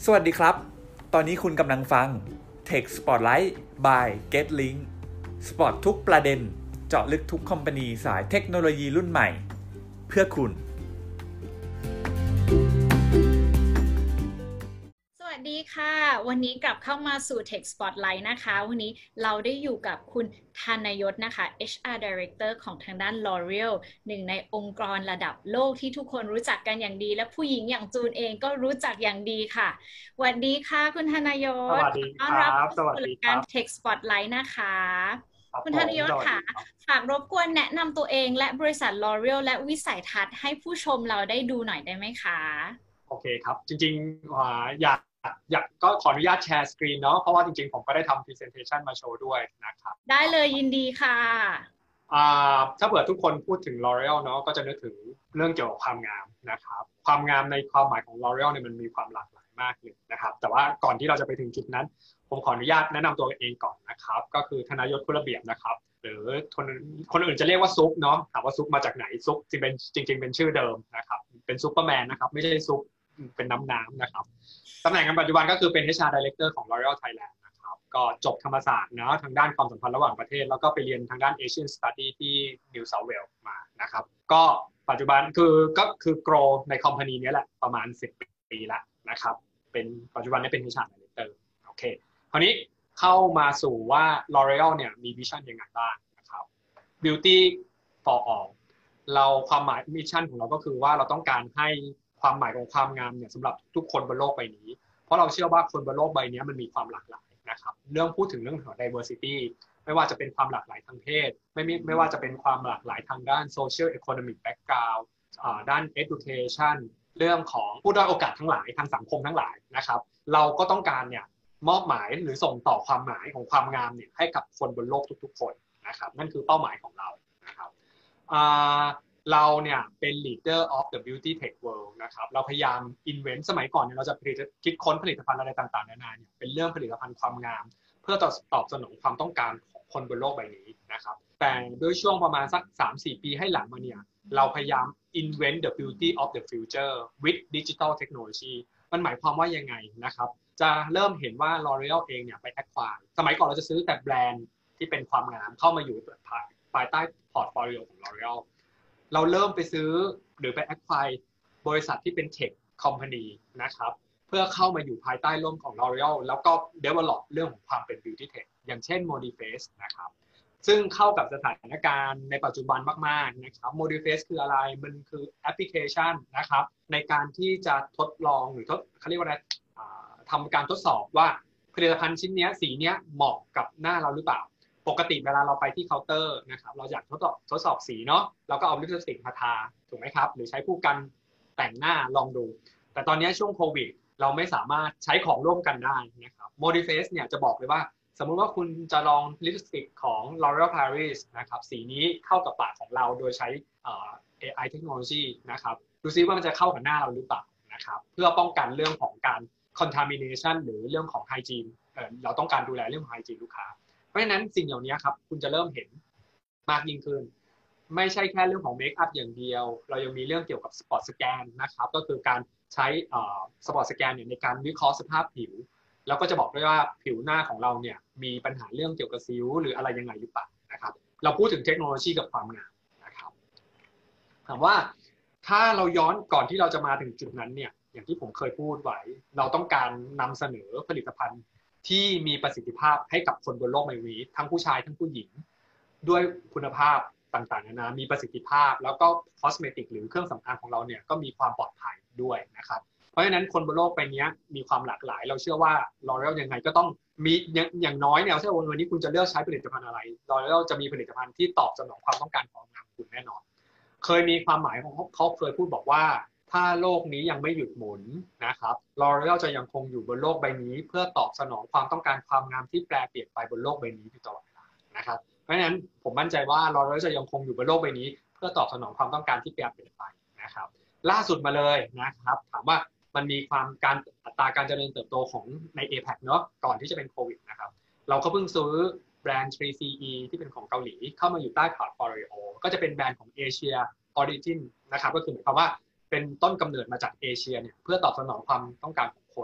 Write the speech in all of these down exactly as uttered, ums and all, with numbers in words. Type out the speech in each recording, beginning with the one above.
สวัสดีครับ ตอนนี้คุณกำลังฟัง Tech Spotlight by GetLink Spot ทุกประเด็นเจาะลึกทุกคอมพานีสายเทคโนโลยีรุ่นใหม่เพื่อคุณสวัสดีค่ะวันนี้กลับเข้ามาสู่ Tech Spotlight นะคะวันนี้เราได้อยู่กับคุณธนยศนะคะ เอช อาร์ Director ของทางด้าน L'Oreal หนึ่งในองค์กรระดับโลกที่ทุกคนรู้จักกันอย่างดีและผู้หญิงอย่างจูนเองก็รู้จักอย่างดีค่ะสวัสดีค่ะคุณธนยศสวัสดีต้อครันรับบสวัสสู่รายการดีครับ Tech Spotlight นะคะครับคุณธนผมสวัสยศค่ะดีครับฝากรบกวนแนะนำตัวเองและบริษัท L'Oreal และวิสัยทัศน์ให้ผู้ชมเราได้ดูหน่อยได้ไหมคะโอเคครับจริงๆอ่าอยากอยากก็ขออนุญาตแชร์สกรีนเนาะเพราะว่าจริงๆผมก็ได้ทำ presentation มาโชว์ด้วยนะครับได้เลยยินดีค่ะอ่าถ้าเกิดทุกคนพูดถึง L'Oreal เนาะก็จะนึกถึงเรื่องเกี่ยวกับความงามนะครับความงามในความหมายของ L'Oreal เนี่ยมันมีความหลากหลายมากเลยนะครับแต่ว่าก่อนที่เราจะไปถึงจุดนั้นผมขออนุญาตแนะนำตัวเองก่อนนะครับก็คือธนยศคุณระเบียบนะครับหรือคนคนอื่นจะเรียกว่าซุปเนาะถามว่าซุปมาจากไหนซุปจริงเป็นจริงๆเป็นชื่อเดิมนะครับเป็นซูเปอร์แมนนะครับไม่ใช่ซุปเป็นน้ำน้ำนะครับตำแหน่งในปัจจุบันก็คือเป็น เอช อาร์ Director ของ L'Oreal Thailand นะครับก็จบธรรมศาสตร์เนาะทางด้านความสัมพันธ์ระหว่างประเทศแล้วก็ไปเรียนทางด้าน Asian Study ที่ New South Wales มานะครับก็ปัจจุบันคือก็คือ grow ในคอมพานีนี้แหละประมาณสิบปีแล้วนะครับเป็นปัจจุบันนี้เป็น เอช อาร์ Director โอเคคราวนี้เข้ามาสู่ว่า L'Oreal เนี่ยมีวิชั่นยังไงบ้างนะครับ Beauty for all เราความหมายมิชชั่นของเราก็คือว่าเราต้องการให้ความหมายของความงามเนี่ยสำหรับทุกคนบนโลกใบนี้เพราะเราเชื่อว่าคนบนโลกใบนี้มันมีความหลากหลายนะครับเรื่องพูดถึงเรื่องของ diversity ไม่ว่าจะเป็นความหลากหลายทางเพศไม่ไม่ว่าจะเป็นความหลากหลายทางด้าน social economic background ด้าน education เรื่องของผู้ด้อยโอกาสทั้งหลายทางสังคมทั้งหลายนะครับเราก็ต้องการเนี่ยมอบหมายหรือส่งต่อความหมายของความงามเนี่ยให้กับคนบนโลกทุกๆคนนะครับนั่นคือเป้าหมายของเรานะครับเราเนี่ยเป็น leader of the beauty tech world นะครับเราพยายาม invent สมัยก่อนเนี่ยเราจะผลิตคิดค้นผลิตภัณฑ์อะไรต่างๆนานาเนี่ยเป็นเรื่องผลิตภัณฑ์ความงามเพื่อตอบสนองความต้องการของคนบนโลกใบนี้นะครับแต่ด้วยช่วงประมาณสัก สามสี่ ปีให้หลังมาเนี่ยเราพยายาม invent the beauty of the future with digital technology มันหมายความว่ายังไงนะครับจะเริ่มเห็นว่า L'Oreal เองเนี่ยไป acquire สมัยก่อนเราจะซื้อแต่แบรนด์ที่เป็นความงามเข้ามาอยู่ภายใต้พอร์ตโฟลิโอของ L'Oreal เราเริ่มไปซื้อหรือไป acquire บริษัทที่เป็น tech company นะครับเพื่อเข้ามาอยู่ภายใต้ร่มของ L'Oreal แล้วก็ develop เรื่องของความเป็น beauty tech อย่างเช่น Modiface นะครับซึ่งเข้ากับสถานการณ์ในปัจจุบันมากๆนะครับ Modiface คืออะไรมันคือแอปพลิเคชันนะครับในการที่จะทดลองหรือทดเขาเรียกว่าอะไรทำการทดสอบว่าผลิตภัณฑ์ชิ้นนี้สีนี้เหมาะกับหน้าเราหรือเปล่าปกติเวลาเราไปที่เคาน์เตอร์นะครับเราอยากทดสอบทดสอบสีเนาะเราก็เอาลิปสติกมาทาถูกไหมครับหรือใช้ผู้กันแต่งหน้าลองดูแต่ตอนนี้ช่วงโควิดเราไม่สามารถใช้ของร่วมกันได้นะครับ Modiface เนี่ยจะบอกเลยว่าสมมุติว่าคุณจะลองลิปสติกของ L'Oréal Paris นะครับสีนี้เข้ากับปากของเราโดยใช้ เอ ไอ เทคโนโลยีนะครับดูซิว่ามันจะเข้ากับหน้าเราหรือเปล่านะครับเพื่อป้องกันเรื่องของการ contamination หรือเรื่องของ hygiene เอ่อเราต้องการดูแลเรื่องของ hygiene ลูกค้าเพราะฉะนั้นสิ่งเหล่านี้ครับคุณจะเริ่มเห็นมากยิ่งขึ้นไม่ใช่แค่เรื่องของเมคอัพอย่างเดียวเรายังมีเรื่องเกี่ยวกับสปอตสแกนนะครับก็คือการใช้สปอตสแกนเนี่ยในการวิเคราะห์สภาพผิวแล้วก็จะบอกด้วยว่าผิวหน้าของเราเนี่ยมีปัญหาเรื่องเกี่ยวกับสิวหรืออะไรยังไงหรือเปล่านะครับเราพูดถึงเทคโนโลยีกับความงามนะครับถามว่าถ้าเราย้อนก่อนที่เราจะมาถึงจุดนั้นเนี่ยอย่างที่ผมเคยพูดไว้เราต้องการนำเสนอผลิตภัณฑ์ที่มีประสิทธิภาพให้กับคนบนโลกใบนี้ทั้งผู้ชายทั้งผู้หญิงด้วยคุณภาพต่างๆนานามีประสิทธิภาพแล้วก็คอสเมติกหรือเครื่องสำอางของเราเนี่ยก็มีความปลอดภัยด้วยนะครับเพราะฉะนั้นคนบนโลกใบนี้มีความหลากหลายเราเชื่อว่า L'Oreal ยังไงก็ต้องมีอย่างน้อยเนี่ยเชื่อว่าวันนี้คุณจะเลือกใช้ผลิตภัณฑ์อะไร L'Oreal จะมีผลิตภัณฑ์ที่ตอบสนองความต้องการของงานคุณแน่นอนเคยมีความหมายของเขาเคยพูดบอกว่าถ้าโลกนี้ยังไม่หยุดหมุนนะครับ L'Oreal จะยังคงอยู่บนโลกใบนี้เพื่อตอบสนองความต้องการความงามที่แปรเปลี่ยนไปบนโลกใบนี้อยู่ตลอดเวลานะครับเพราะฉะนั้นผมมั่นใจว่า L'Oreal จะยังคงอยู่บนโลกใบนี้เพื่อตอบสนองความต้องการที่แปรเปลี่ยนไปนะครับล่าสุดมาเลยนะครับถามว่ามันมีความการอัตราการเจริญเติบโตของใน เอ แพค เนาะก่อนที่จะเป็นโควิดนะครับเราก็เพิ่งซื้อแบรนด์ ทรี ซี อี ที่เป็นของเกาหลีเข้ามาอยู่ใต้พอร์ตโฟลิโอก็จะเป็นแบรนด์ของเอเชียออริจินนะครับก็คือหมายความว่าเป็นต้นกำเนิดมาจากเอเชียเนี่ยเพื่อตอบสนองความต้องการของคน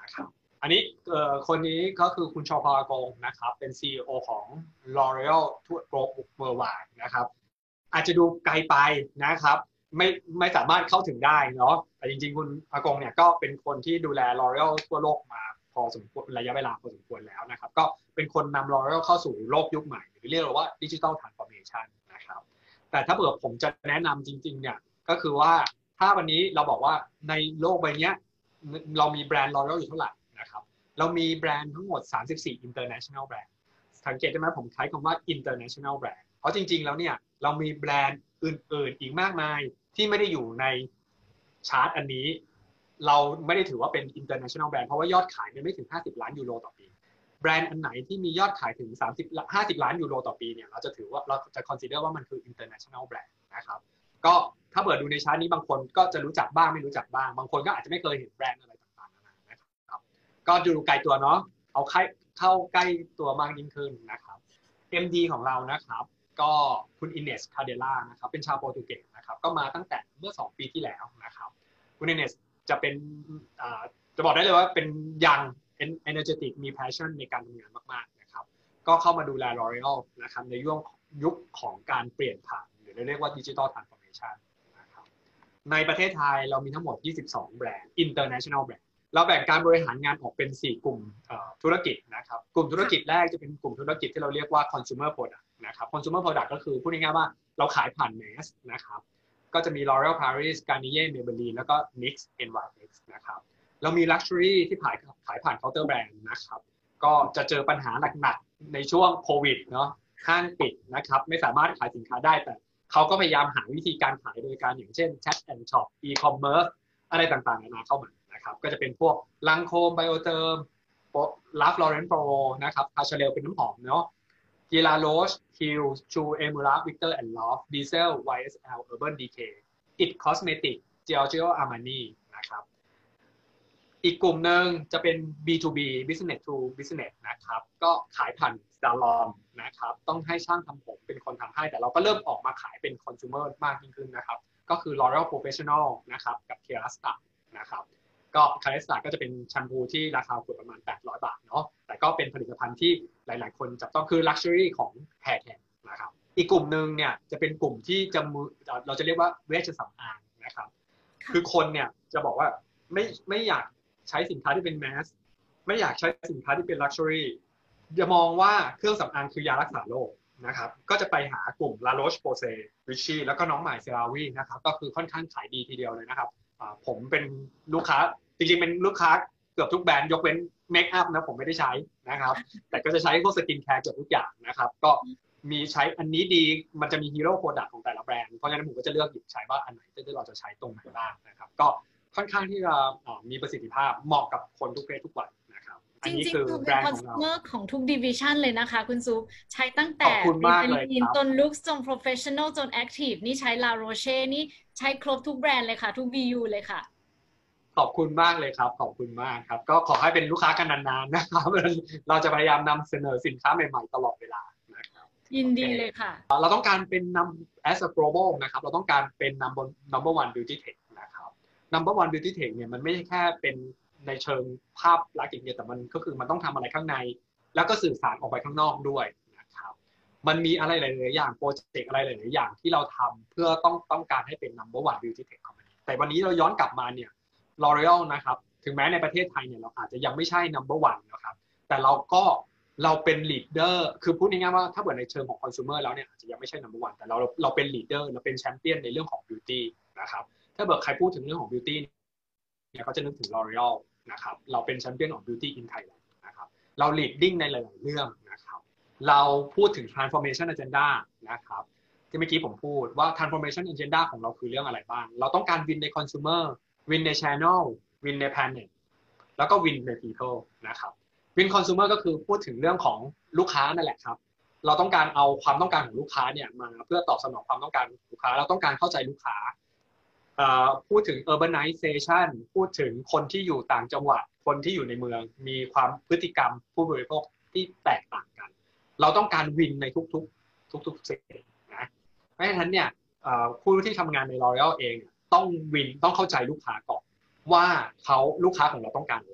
นะครับอันนี้คนนี้ก็คือคุณชอพอากงนะครับเป็น ซี อี โอ ของ L'Oreal ทั่วโลก Worldwide นะครับอาจจะดูไกลไปนะครับไม่ไม่สามารถเข้าถึงได้เนาะแต่จริงๆคุณอากงเนี่ยก็เป็นคนที่ดูแล L'Oreal ทั่วโลกมาพอสมควรระยะเวลาพอสมควรแล้วนะครับก็เป็นคนนำ L'Oreal เข้าสู่โลกยุคใหม่หรือเรียกว่า Digital Transformation นะครับแต่ถ้าเผื่อผมจะแนะนำจริงๆเนี่ยก็คือว่าถ้าวันนี้เราบอกว่าในโลกใบนี้เรามีแบรนด์ L'Oreal อยู่เท่าไหร่นะครับเรามีแบรนด์ทั้งหมดสามสิบสี่ international brand สังเกตได้ไหมผมใช้คำว่า international brand เพราะจริงๆแล้วเนี่ยเรามีแบรนด์อื่นๆอีกมากมายที่ไม่ได้อยู่ในชาร์ตอันนี้เราไม่ได้ถือว่าเป็น international brand เพราะว่ายอดขายมันไม่ถึงห้าสิบล้านยูโรต่อปีแบรนด์อันไหนที่มียอดขายถึงสามสิบ ห้าสิบล้านยูโรต่อปีเนี่ยเราจะถือว่าเราจะ consider ว่ามันคือ international brand นะครับก็ถ้าเปิดดูในชาร์ตนี้บางคนก็จะรู้จักบ้างไม่รู้จักบ้างบางคนก็อาจจะไม่เคยเห็นแบรนด์อะไรต่างๆนะครับก็ดูไกลตัวเนาะเอาเข้าใกล้ตัวมากยิ่งขึ้นนะครับ เอ็ม ดี ของเรานะครับก็คุณอินเนสคาเดล่านะครับเป็นชาวโปรตุเกสนะครับก็มาตั้งแต่เมื่อสองปีที่แล้วนะครับคุณอินเนสจะเป็นจะบอกได้เลยว่าเป็นยัง energetic มี passion ในการทำงานมากๆนะครับก็เข้ามาดูแล L'Oreal นะครับในยุคยุคของการเปลี่ยนผ่านหรือเรียกว่า Digital Transformation นะครับในประเทศไทยเรามีทั้งหมดยี่สิบสองแบรนด์ International Brand เราแบ่งการบริหารงานออกเป็นสี่กลุ่มธุรกิจนะครับกลุ่มธุรกิจแรกจะเป็นกลุ่มธุรกิจที่เราเรียกว่า consumer product นะครับ consumer product ก็คือพูดง่ายๆว่าเราขายผ่าน mass นะครับก็จะมี L'Oreal Paris Garnier Maybelline แล้วก็ เอ็น วาย เอ็กซ์ เอ็กซ์ นะครับเรามี luxury ที่ขายขายผ่าน counter brand นะครับก็จะเจอปัญหาหนักๆในช่วงโควิดเนาะห้างปิดนะครับไม่สามารถขายสินค้าได้แต่เขาก็พยายามหาวิธีการขายโดยการอย่างเช่น chat and shop e-commerce อะไรต่างๆนานาเข้ามานะครับก็จะเป็นพวกลังโคมไบโอเทอร์มลาฟลอเรนโปรนะครับคาชาเลลเป็นน้ำหอมเนาะกีลาโรชคิวชูเอมูราวิกเตอร์แอนด์ลอฟดีเซล วาย เอส แอล Urban Decay It Cosmetic Giorgio Armani นะครับอีกกลุ่มหนึ่งจะเป็น บี ทู บี Business to Business นะครับก็ขายผ่านซาลอนนะครับต้องให้ช่างทำผมเป็นคนทำให้แต่เราก็เริ่มออกมาขายเป็น consumer มากยิ่งขึ้นนะครับก็คือ L'Oreal Professional นะครับกับ Kerastase นะครับก็ Kerastase ก็จะเป็นแชมพูที่ราคาขวดประมาณแปดร้อยบาทเนาะแต่ก็เป็นผลิตภัณฑ์ที่หลายๆคนจับต้องคือ luxury ของ hair care นะครับอีกกลุ่มหนึ่งเนี่ยจะเป็นกลุ่มที่จะเราจะเรียกว่าเวชสำอางนะครับคือคนเนี่ยจะบอกว่าไม่ไม่อยากใช้สินค้าที่เป็นแมสไม่อยากใช้สินค้าที่เป็น luxury อย่ามองว่าเครื่องสำอางคือยารักษาโรคนะครับก็จะไปหากลุ่ม La Roche-Posay Vichy แล้วก็น้องใหม่ CeraVe นะครับก็คือค่อนข้างขายดีทีเดียวเลยนะครับผมเป็นลูกค้าจริงๆเป็นลูกค้าเกือบทุกแบรนด์ยกเว้นเมคอัพนะผมไม่ได้ใช้นะครับแต่ก็จะใช้พวกสกินแคร์เกือบทุกอย่างนะครับก็มีใช้อันนี้ดีมันจะมีฮีโร่โปรดักต์ของแต่ละแบรนด์เพราะฉะนั้นผมก็จะเลือกหยิบใช้ว่าอันไหนที่เราจะใช้ตรงไหนบ้างนะครับก็ค่อนข้างที่จะมีประสิทธิภาพเหมาะกับคนทุกเพศทุกวัยนะครับอันนี้คือแบรนด์ของเราของทุกดิวิชันเลยนะคะคุณซุปใช้ตั้งแต่เป็นจนลุคจน professional จน active นี่ใช้ La Roche นี่ใช้ครบทุกแบรนด์เลยค่ะทุก บี ยู เลยค่ะขอบคุณมากเลยครับขอบคุณมากครับก็ขอให้เป็นลูกค้ากันนานๆนะครับเราจะพยายามนำเสนอสินค้าใหม่ๆตลอดเวลานะครับยินดีเลยค่ะเราต้องการเป็นนำ as a global นะครับเราต้องการเป็น number number one beauty tech นะครับ number one beauty tech เนี่ยมันไม่ใช่แค่เป็นในเชิงภาพลักษณ์อย่างเดียวแต่มันก็คือมันต้องทำอะไรข้างในแล้วก็สื่อสารออกไปข้างนอกด้วยนะครับมันมีอะไรหลายๆอย่างโปรเจกต์อะไรหลายๆอย่างที่เราทำเพื่อต้องต้องการให้เป็น number one beauty tech company แต่วันนี้เราย้อนกลับมาเนี่ย L'Oreal นะครับถึงแม้ในประเทศไทยเนี่ยเราอาจจะยังไม่ใช่ number one นะครับแต่เราก็เราเป็น leader คือพูดง่ายๆว่าถ้าเกิดในเชิงของ consumer แล้วเนี่ยอาจจะยังไม่ใช่ number one แต่เราเราเป็น leader เราเป็นแชมเปี้ยนในเรื่องของ beauty นะครับถ้าเกิดใครพูดถึงเรื่องของ beauty เนี่ยเขาจะนึกถึง L'Oreal นะครับเราเป็นแชมเปี้ยนของ beauty in Thailand นะครับเรา leading ในหลายๆเรื่องนะครับเราพูดถึง transformation agenda นะครับที่เมื่อกี้ผมพูดว่า transformation agenda ของเราคือเรื่องอะไรบ้างเราต้องการ win ใน consumer win ใน channel win ใน planet แล้วก็ win ใน people นะครับ win consumer ก็คือพูดถึงเรื่องของลูกค้านั่นแหละครับเราต้องการเอาความต้องการของลูกค้าเนี่ยมาเพื่อตอบสนองความต้องการของลูกค้าเราต้องการเข้าใจลูกค้าพูดถึง urbanization พูดถึงคนที่อยู่ต่างจังหวัดคนที่อยู่ในเมืองมีความพฤติกรรมผู้บริโภคที่แตกต่างกันเราต้องการวินในทุกๆทุกๆเซกเตอร์นะเพราะฉะนั้นเนี่ยผู้ที่ทำงานใน L'Oreal เองต้องวินต้องเข้าใจลูกค้าก่อนว่าเขาลูกค้าของเราต้องการอะไร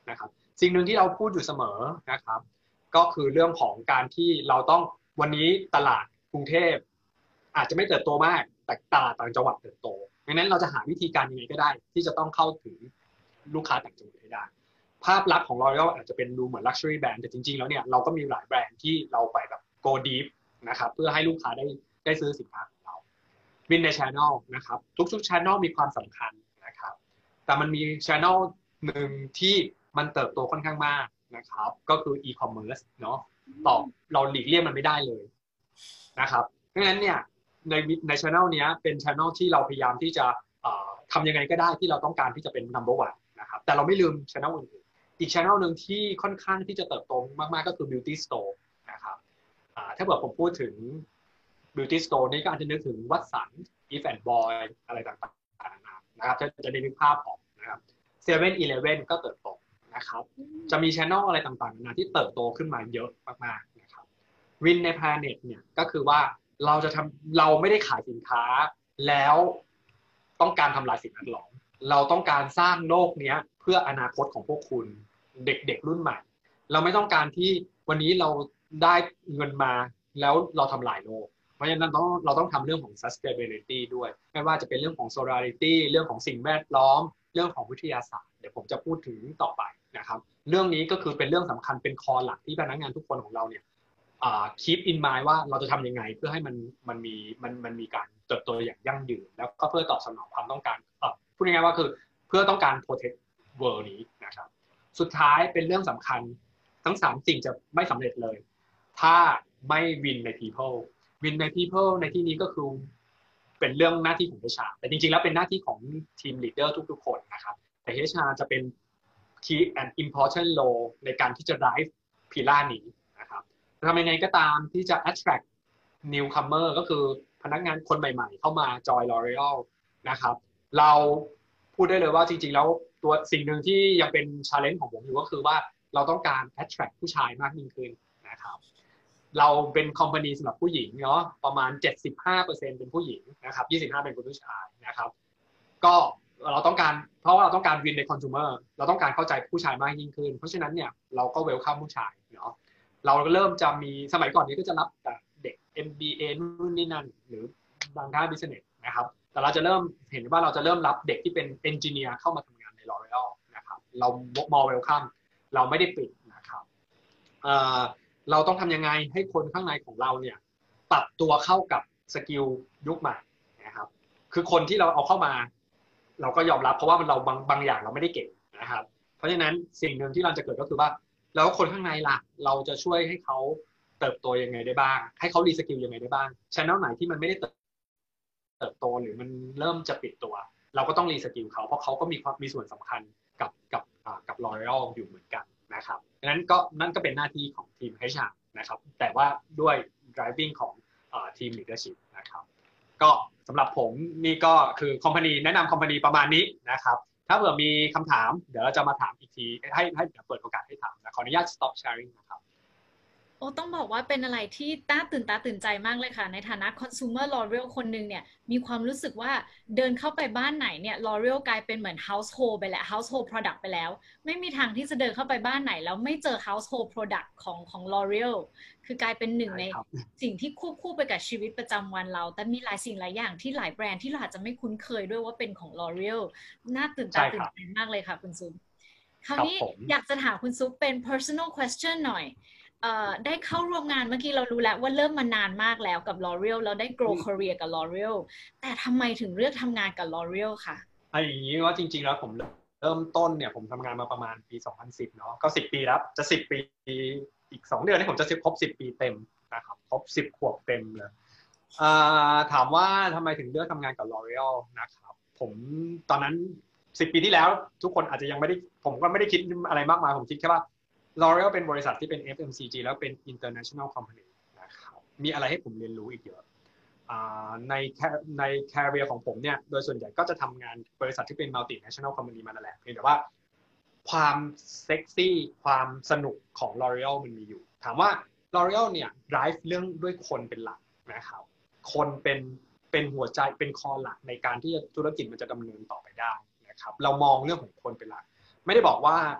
นะครับสิ่งหนึ่งที่เราพูดอยู่เสมอนะครับก็คือเรื่องของการที่เราต้องวันนี้ตลาดกรุงเทพอาจจะไม่เติบโตมากแต่ตลาดต่างจังหวัดเติบโตดังนั้นเราจะหาวิธีการยังไงก็ได้ที่จะต้องเข้าถึงลูกค้าต่างจังหวัดให้ได้ภาพลักษณ์ของ L'Oreal อาจจะเป็นดูเหมือน luxury brand แต่จริงๆแล้วเนี่ยเราก็มีหลายแบรนด์ที่เราไปแบบ go deep นะครับเพื่อให้ลูกค้าได้ได้ซื้อสินค้าของเราวินใน channel นะครับทุกๆ channel มีความสำคัญนะครับแต่มันมี channel หนึ่งที่มันเติบโตค่อนข้างมากนะครับก็คือ e-commerce เนาะต่อเราหลีกเลี่ยงมันไม่ได้เลยนะครับดังนั้นเนี่ยในใน channel เนี้ยเป็น channel ที่เราพยายามที่จะทำยังไงก็ได้ที่เราต้องการที่จะเป็น number one นะครับแต่เราไม่ลืม channel อื่นๆอีก channel หนึ่งที่ค่อนข้างที่จะเติบโตมากๆก็คือ beauty store นะครับถ้าเกิดผมพูดถึง beauty store นี่ก็อาจจะนึกถึงวัตสัน If and Boy อะไรต่างๆนะครับจะจะได้นึกภาพออกนะครับเซเว่นอีเลฟเว่นก็เติบโตนะครับจะมี channel อะไรต่างๆนะที่เติบโตขึ้นมาเยอะมากๆนะครับวินใน Planet เนี่ยก็คือว่าเราจะทำเราไม่ได้ขายสินค้าแล้วต้องการทำลายสิ่งแวดล้อมเราต้องการสร้างโลกนี้เพื่ออนาคตของพวกคุณเด็กๆรุ่นใหม่เราไม่ต้องการที่วันนี้เราได้เงินมาแล้วเราทำลายโลกเพราะฉะนั้นต้องเราต้องทำเรื่องของ sustainability ด้วยไม่ว่าจะเป็นเรื่องของ solidarity เรื่องของสิ่งแวดล้อมเรื่องของวิทยาศาสตร์เดี๋ยวผมจะพูดถึงต่อไปนะครับเรื่องนี้ก็คือเป็นเรื่องสำคัญเป็นคอหลักที่พนักงานทุกคนของเราเนี่ยkeep in mind ว่าเราจะทำยังไงเพื่อให้มันมันมีมันมันมีการเติบโตอย่างยั่งยืนแล้วก็เพื่อตอบสนองความต้องการเอ่อพูดง่ายๆว่าคือเพื่อต้องการ protect world นี้นะครับสุดท้ายเป็นเรื่องสำคัญทั้งสามสิ่งจะไม่สำเร็จเลยถ้าไม่ win ใน people win ใน people ในที่นี้ก็คือเป็นเรื่องหน้าที่ของ เอช อาร์ แต่จริงๆแล้วเป็นหน้าที่ของทีม leader ทุกๆคนนะครับแต่ เอช อาร์ จะเป็น key and important role ในการที่จะ drive pillar นี้นะครับทำยังไงก็ตามที่จะ attract newcomer ก็คือพนักงานคนใหม่ๆเข้ามา join L'Oreal นะครับเราพูดได้เลยว่าจริงๆแล้วตัวสิ่งหนึ่งที่ยังเป็น challenge ของผมอยู่ก็คือว่าเราต้องการ attract ผู้ชายมากยิ่งขึ้นนะครับเราเป็น company สำหรับผู้หญิงเนาะประมาณ เจ็ดสิบห้าเปอร์เซ็นต์ เป็นผู้หญิงนะครับ ยี่สิบห้าเปอร์เซ็นต์ เป็นผู้ชายนะครับก็เราต้องการเพราะว่าเราต้องการ win ใน consumer เราต้องการเข้าใจผู้ชายมากยิ่งขึ้นเพราะฉะนั้นเนี่ยเราก็ welcome ผู้ชายเนาะเราเริ่มจะมีสมัยก่อนนี้ก็จะรับแต่เด็ก เอ็ม บี เอ นู่นนี่นั่นหรือบางด้าน business นะครับแต่เราจะเริ่มเห็นว่าเราจะเริ่มรับเด็กที่เป็น engineer เข้ามาทำงานใน L'Oreal นะครับเรา more welcome เราไม่ได้ปิดนะครับเอ่อเราต้องทำยังไงให้คนข้างในของเราเนี่ยปรับตัวเข้ากับสกิลยุคใหม่นะครับคือคนที่เราเอาเข้ามาเราก็ยอมรับเพราะว่ามันเราบางบางอย่างเราไม่ได้เก่งนะครับเพราะฉะนั้นสิ่งหนึ่งที่เราจะเกิดก็คือว่าแล้วคนข้างในล่ะเราจะช่วยให้เขาเติบโตยังไงได้บ้างให้เขารีสกิลยังไงได้บ้างchannelไหนที่มันไม่ได้เติบโตหรือมันเริ่มจะปิดตัวเราก็ต้องรีสกิลเขาเพราะเขาก็มีความมีส่วนสำคัญกับกับกับ L'Oreal อยู่เหมือนกันนะครับดังนั้นก็นั่นก็เป็นหน้าที่ของทีม เอช อาร์ นะครับแต่ว่าด้วย driving ของทีม leadership นะครับก็สำหรับผมนี่ก็คือคอมพานีแนะนำคอมพานีประมาณนี้นะครับถ้าเผื่อมีคำถามเดี๋ยวเราจะมาถามอีกทีให้ให้เปิดโอกาสให้ถามนะขออนุญาต stop sharing นะครับโอ้ต้องบอกว่าเป็นอะไรที่น่าตื่นตาตื่นใจมากเลยค่ะในฐานะ consumer L'Oreal คนหนึ่งเนี่ยมีความรู้สึกว่าเดินเข้าไปบ้านไหนเนี่ย L'Oreal กลายเป็นเหมือน household ไปแล้ว household product ไปแล้วไม่มีทางที่จะเดินเข้าไปบ้านไหนแล้วไม่เจอ household product ของของ L'Oreal คือกลายเป็นหนึ่งในสิ่งที่ควบคู่ไปกับชีวิตประจำวันเราแต่มีหลายสิ่งหลายอย่างที่หลายแบรนด์ที่เราอาจจะไม่คุ้นเคยด้วยว่าเป็นของ L'Oreal น่าตื่นตาตื่นใจมากเลยค่ะคุณซุปคราวนี้อยากจะถามคุณซุปเป็น personal question หน่อยได้เข้าร่วมงานเมื่อกี้เรารู้แล้วว่าเริ่มมานานมากแล้วกับ L'Oreal เราได้ grow career กับ L'Oreal แต่ทำไมถึงเลือกทำงานกับ L'Oreal ค่ะไอ้อย่างนี้ว่าจริงๆแล้วผมเริ่มต้นเนี่ยผมทำงานมาประมาณปีสองพันสิบเนาะก็สิบปีแล้วจะสิบปีอีกสองเดือนนี้ผมจะครบสิบปีเต็มนะครับครบสิบขวบเต็มเลยถามว่าทำไมถึงเลือกทำงานกับ L'Oreal นะครับผมตอนนั้นสิบปีที่แล้วทุกคนอาจจะยังไม่ได้ผมก็ไม่ได้คิดอะไรมากมายผมคิดแค่ว่าL'Oreal เป็นบริษัทที่เป็น เอฟ เอ็ม ซี จี แล้วเป็น international company นะครับมีอะไรให้ผมเรียนรู้อีกเยอะในใน career ของผมเนี่ยโดยส่วนใหญ่ก็จะทำงานบริษัทที่เป็น multinational company มานั่นแหละเพียงแต่ว่าความเซ็กซี่ความสนุกของ L'Oreal มันมีอยู่ถามว่า L'Oreal เนี่ย drive เรื่องด้วยคนเป็นหลักนะครับคนเป็นเป็นหัวใจเป็นคอหลักในการที่ธุรกิจมันจะดำเนินต่อไปได้นะครับเรามองเรื่องของคนเป็นหลักไม่ได้บอกว่า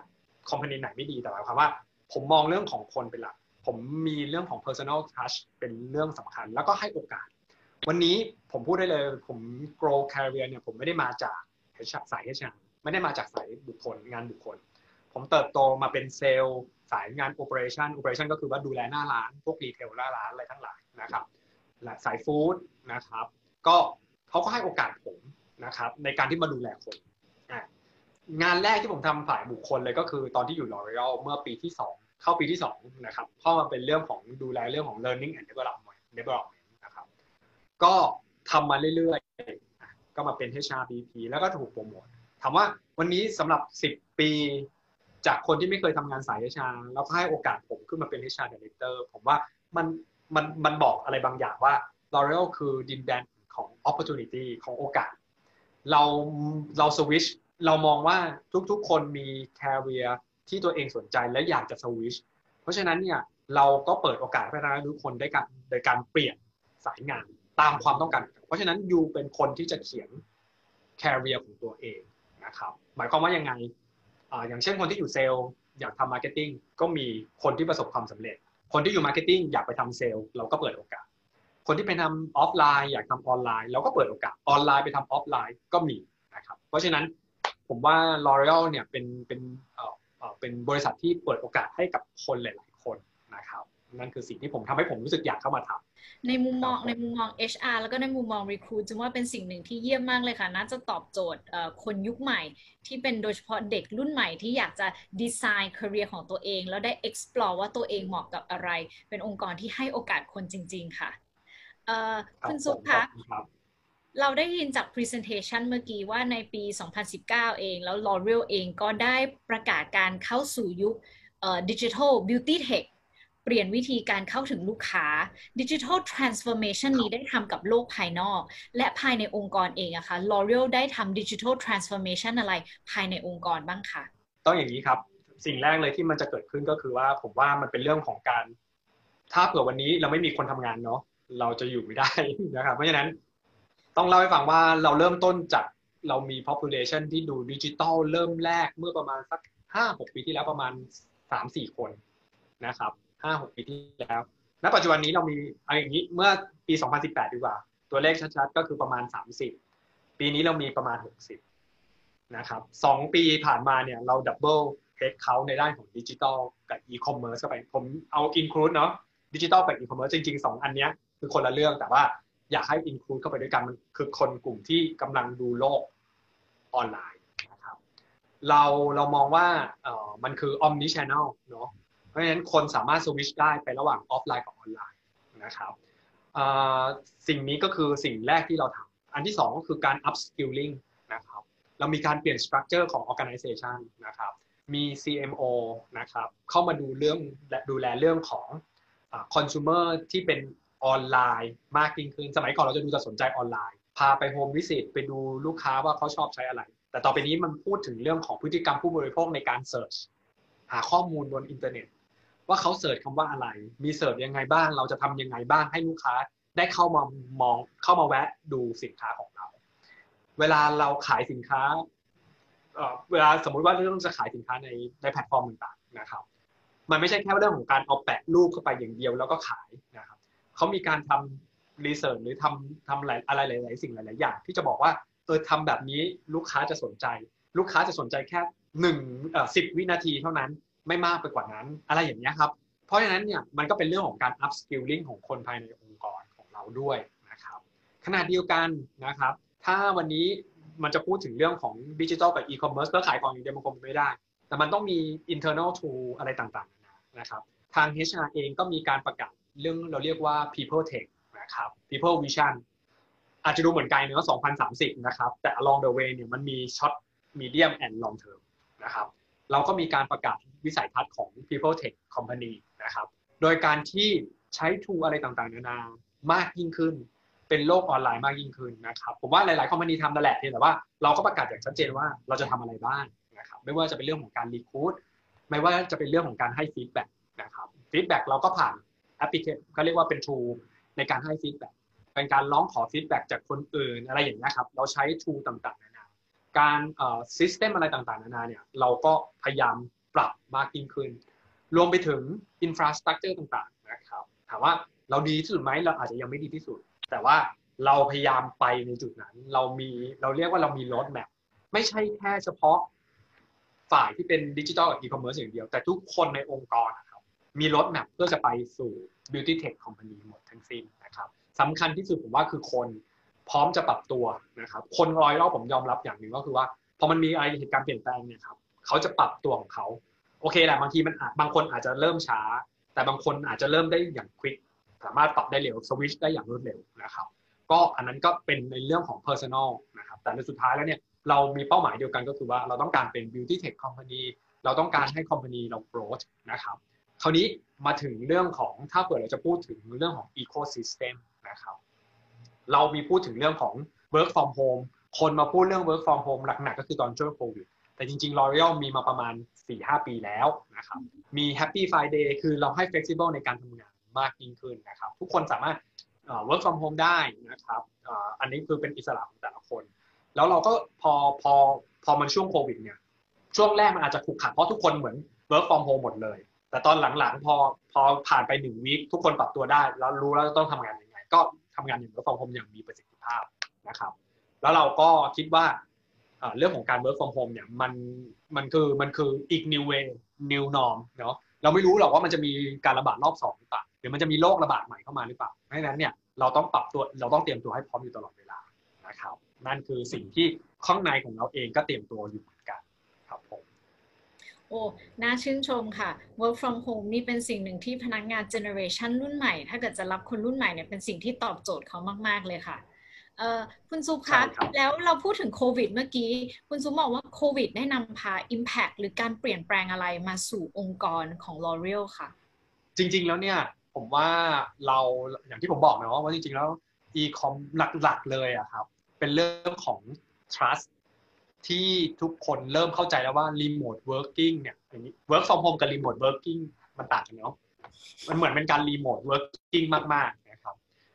คอมพานีไหนไม่ดีแต่หมายความว่าผมมองเรื่องของคนเป็นหลักผมมีเรื่องของ personal touch เป็นเรื่องสำคัญแล้วก็ให้โอกาสวันนี้ผมพูดได้เลยผม grow career เนี่ยผมไม่ได้มาจากสาย เอช อาร์ ไม่ได้มาจากสายบุคคลงานบุคคลผมเติบโตมาเป็นเซลล์สายงาน operation operation ก็คือว่าดูแลหน้าร้านพวกรีเทลหน้าร้านอะไรทั้งหลายนะครับและสายฟู้ดนะครับก็เขาก็ให้โอกาสผมนะครับในการที่มาดูแลคนงานแรกที่ผมทำฝ่ายบุคคลเลยก็คือตอนที่อยู่ L'Oreal เมื่อปีที่สองเข้าปีที่สองนะครับเข้ามาเป็นเรื่องของดูแลเรื่องของ learning and development development นะครับก็ทำมาเรื่อยๆก็มาเป็น เอช อาร์ บี พี แล้วก็ถูกโปรโมทถามว่าวันนี้สำหรับสิบปีจากคนที่ไม่เคยทำงานสาย เอช อาร์ แล้วก็ให้โอกาสผมขึ้นมาเป็น เอช อาร์ Director ผมว่ามันมันมันบอกอะไรบางอย่างว่า L'Oreal คือดินแดนของ opportunity ของโอกาสเราเราสวิชเรามองว่าทุกๆคนมี career ที่ตัวเองสนใจและอยากจะสวิชเพราะฉะนั้นเนี่ยเราก็เปิดโอกาสให้ทุกคนได้การโดยการเปลี่ยนสายงานตามความต้องการเพราะฉะนั้นยูเป็นคนที่จะเขียน career ของตัวเองนะครับหมายความว่ายังไงอ่าอย่างเช่นคนที่อยู่เซลล์อยากทำมาร์เก็ตติ้งก็มีคนที่ประสบความสำเร็จคนที่อยู่มาร์เก็ตติ้งอยากไปทำเซลล์เราก็เปิดโอกาสคนที่ไปทำออฟไลน์อยากทำออนไลน์เราก็เปิดโอกาสออนไลน์ไปทำออฟไลน์ก็มีนะครับเพราะฉะนั้นผมว่า L'Oreal เนี่ยเป็นเป็นเอ่อเอ่อเป็นบริษัทที่เปิดโอกาสให้กับคนหลายๆคนนะครับนั่นคือสิ่งที่ผมทำให้ผมรู้สึกอยากเข้ามาทำในมุมมองในมุมมอง เอช อาร์ แล้วก็ในมุมมอง Recruit จึงว่าเป็นสิ่งหนึ่งที่เยี่ยมมากเลยค่ะน่าจะตอบโจทย์คนยุคใหม่ที่เป็นโดยเฉพาะเด็กรุ่นใหม่ที่อยากจะดีไซน์ career ของตัวเองแล้วได้ explore ว่าตัวเองเหมาะกับอะไรเป็นองค์กรที่ให้โอกาสคนจริงๆค่ะคุณซุปคะเราได้ยินจาก presentation เมื่อกี้ว่าในปี สองพันสิบเก้า เองแล้ว L'Oreal เองก็ได้ประกาศการเข้าสู่ยุค Digital Beauty Tech เปลี่ยนวิธีการเข้าถึงลูกค้า Digital Transformation นี้ได้ทำกับโลกภายนอกและภายในองค์กรเองอะคะ L'Oreal ได้ทำ Digital Transformation อะไรภายในองค์กรบ้างคะต้องอย่างนี้ครับสิ่งแรกเลยที่มันจะเกิดขึ้นก็คือว่าผมว่ามันเป็นเรื่องของการถ้าเผื่อวันนี้เราไม่มีคนทำงานเนาะเราจะอยู่ไม่ได้นะครับเพราะฉะนั้นต้องเล่าให้ฟังว่าเราเริ่มต้นจากเรามี population ที่ดูดิจิตอลเริ่มแรกเมื่อประมาณสัก ห้าหก ปีที่แล้วประมาณ สามสี่ คนนะครับ ห้าหก ปีที่แล้วณปัจจุบันนี้เรามีอะไรอย่างนี้เมื่อปี สองพันสิบแปด ดีกว่าตัวเลขชัดๆก็คือประมาณ สามสิบ ปีนี้เรามีประมาณ หกสิบ นะครับสองปีผ่านมาเนี่ยเราดับเบิลเฮดเขาในด้านของดิจิตอลกับอีคอมเมิร์ซเข้าไปผมเอาอินคลูดเนาะดิจิตอลกับอีคอมเมิร์ซจริงๆสองอันเนี้ยคือคนละเรื่องแต่ว่าอยากให้อินคลูดเข้าไปด้วยกันมันคือคนกลุ่มที่กำลังดูโลกออนไลน์นะครับเราเรามองว่าเอ่อมันคือ omni channel เนาะเพราะฉะนั้นคนสามารถสวิตช์ได้ไประหว่างออฟไลน์กับออนไลน์นะครับเอ่อสิ่งนี้ก็คือสิ่งแรกที่เราทำอันที่สองก็คือการ upskilling นะครับเรามีการเปลี่ยน structure ของ organization นะครับมี ซี เอ็ม โอ นะครับเข้ามาดูเรื่องและดูแลเรื่องของอ่า consumer ที่เป็นออนไลน์มากยิ่งขึ้นสมัยก่อนเราจะดูแต่สนใจออนไลน์พาไปโฮมวิสิตไปดูลูกค้าว่าเขาชอบใช้อะไรแต่ต่อไปนี้มันพูดถึงเรื่องของพฤติกรรมผู้บริโภคในการเสิร์ชหาข้อมูลบนอินเทอร์เน็ตว่าเขาเสิร์ชคำว่าอะไรมีเสิร์ชยังไงบ้างเราจะทำยังไงบ้างให้ลูกค้าได้เข้ามามองเข้ามาแวะดูสินค้าของเราเวลาเราขายสินค้าเอ่อเวลาสมมุติว่าเราต้องจะขายสินค้าในในแพลตฟอร์มต่างๆนะครับมันไม่ใช่แค่เรื่องของการเอาแปะรูปเข้าไปอย่างเดียวแล้วก็ขายนะครับเขามีการทำรีเสิร์ชหรือทำทำอะไรอะไรหลายๆสิ่งหลายๆอย่างที่จะบอกว่าเออทำแบบนี้ลูกค้าจะสนใจลูกค้าจะสนใจแค่หนึ่งเอ่อสิบวินาทีเท่านั้นไม่มากไปกว่านั้นอะไรอย่างเงี้ยครับเพราะฉะนั้นเนี่ยมันก็เป็นเรื่องของการ up skilling ของคนภายในองค์กรของเราด้วยนะครับขณะเดียวกันนะครับถ้าวันนี้มันจะพูดถึงเรื่องของดิจิทัลกับอีคอมเมิร์ซเพื่อขายของอย่างเดียวมันคงไม่ได้แต่มันต้องมี internal tool อะไรต่างๆนะครับทาง เอช อาร์ เองก็มีการประกาศเรื่องเราเรียกว่า people tech นะครับ people vision อาจจะดูเหมือนไกลเนอะสองพันสามสิบนะครับแต่ along the way เนี่ยมันมี short medium and long term นะครับเราก็มีการประกาศวิสัยทัศน์ของ people tech company นะครับโดยการที่ใช้ tool อะไรต่างๆนานามากยิ่งขึ้นเป็นโลกออนไลน์มากยิ่งขึ้นนะครับผมว่าหลายๆ company ทำนั่นแหละเพียงแต่ว่าเราก็ประกาศอย่างชัดเจนว่าเราจะทำอะไรบ้างนะครับไม่ว่าจะเป็นเรื่องของการ recruit ไม่ว่าจะเป็นเรื่องของการให้ feedback นะครับ feedback เราก็ผ่านแอปพลิเคชันเขาเรียกว่าเป็น tool ในการให้ feedback เป็นการร้องขอ feedback จากคนอื่นอะไรอย่างนี้ครับเราใช้ tool ต่างๆนานาการเอ่อ system อะไรต่างๆนานาเนี่ยเราก็พยายามปรับมากยิ่งขึ้นรวมไปถึง infrastructure ต่างๆนะครับถามว่าเราดีที่สุดไหมเราอาจจะยังไม่ดีที่สุดแต่ว่าเราพยายามไปในจุดนั้นเรามีเราเรียกว่าเรามี road map ไม่ใช่แค่เฉพาะฝ่ายที่เป็นดิจิทัลกับ e-commerce อย่างเดียวแต่ทุกคนในองค์กรนะครับมี road map เพื่อจะไปสู่ beauty tech company หมดทั้งสิ้นนะครับสำคัญที่สุดผมว่าคือคนพร้อมจะปรับตัวนะครับคนรอยรอบผมยอมรับอย่างหนึ่งก็คือว่าพอมันมีอะไรเหตุการณ์เปลี่ยนแปลงเนี่ยครับเขาจะปรับตัวของเขาโอเคแหละบางทีมันบางคนอาจจะเริ่มช้าแต่บางคนอาจจะเริ่มได้อย่างควิกสามารถปรับได้เร็วสวิตช์ได้อย่างรวดเร็วนะครับก็อันนั้นก็เป็นในเรื่องของ personal นะครับแต่ในสุดท้ายแล้วเนี่ยเรามีเป้าหมายเดียวกันก็คือว่าเราต้องการเป็น beauty tech company เราต้องการให้ company เรา growth นะครับคราวนี้มาถึงเรื่องของถ้าเกิดเราจะพูดถึงเรื่องของ ecosystem นะครับเรามีพูดถึงเรื่องของ work from home คนมาพูดเรื่อง work from home หนักๆก็คือตอนช่วงโควิดแต่จริงๆ L'Oreal มีมาประมาณ สี่ห้า ปีแล้วนะครับมี Happy Friday คือเราให้ flexible ในการทำงานมากยิ่งขึ้นนะครับทุกคนสามารถ work from home ได้นะครับอันนี้คือเป็นอิสระของแต่ละคนแล้วเราก็พอพอพอมันช่วงโควิดเนี่ยช่วงแรกมันอาจจะขรุกขระเพราะทุกคนเหมือน work from home หมดเลยแต่ตอนหลังๆพอพอผ่านไปหนึ่งวีคทุกคนปรับตัวได้แล้วรู้แล้วต้องทำงานยังไงก็ทำงานอย่าง work from home อย่างมีประสิทธิภาพนะครับแล้วเราก็คิดว่าเรื่องของการ work from home เนี่ยมันมันคือมันคืออีก new way new norm เนาะเราไม่รู้หรอกว่ามันจะมีการระบาดรอบสองหรือเปล่าหรือมันจะมีโรคระบาดใหม่เข้ามาหรือเปล่าเพราะฉะนั้นเนี่ยเราต้องปรับตัวเราต้องเตรียมตัวให้พร้อมอยู่ตลอดเวลานะครับนั่นคือสิ่งที่ข้างในของเราเองก็เตรียมตัวอยู่เหมือนกันครับผมโอ้น่าชื่นชมค่ะ work from home นี่เป็นสิ่งหนึ่งที่พนักงาน generation รุ่นใหม่ถ้าเกิดจะรับคนรุ่นใหม่เนี่ยเป็นสิ่งที่ตอบโจทย์เขามากๆเลยค่ะเอ่อคุณซุปคะแล้วเราพูดถึงโควิดเมื่อกี้คุณซุปบอกว่าโควิดได้นำพา impact หรือการเปลี่ยนแปลงอะไรมาสู่องค์กรของ L'Oreal ค่ะจริงๆแล้วเนี่ยผมว่าเราอย่างที่ผมบอกนะว่าจริงๆแล้ว e-com หลักๆเลยอะครับเป็นเรื่องของ trust ที่ทุกคนเริ่มเข้าใจแล้วว่า remote working เนี่ยอย่างนี้ work from home กับ remote working มันต่างกันเนาะมันเหมือนเป็นการ remote working มากๆนะครับ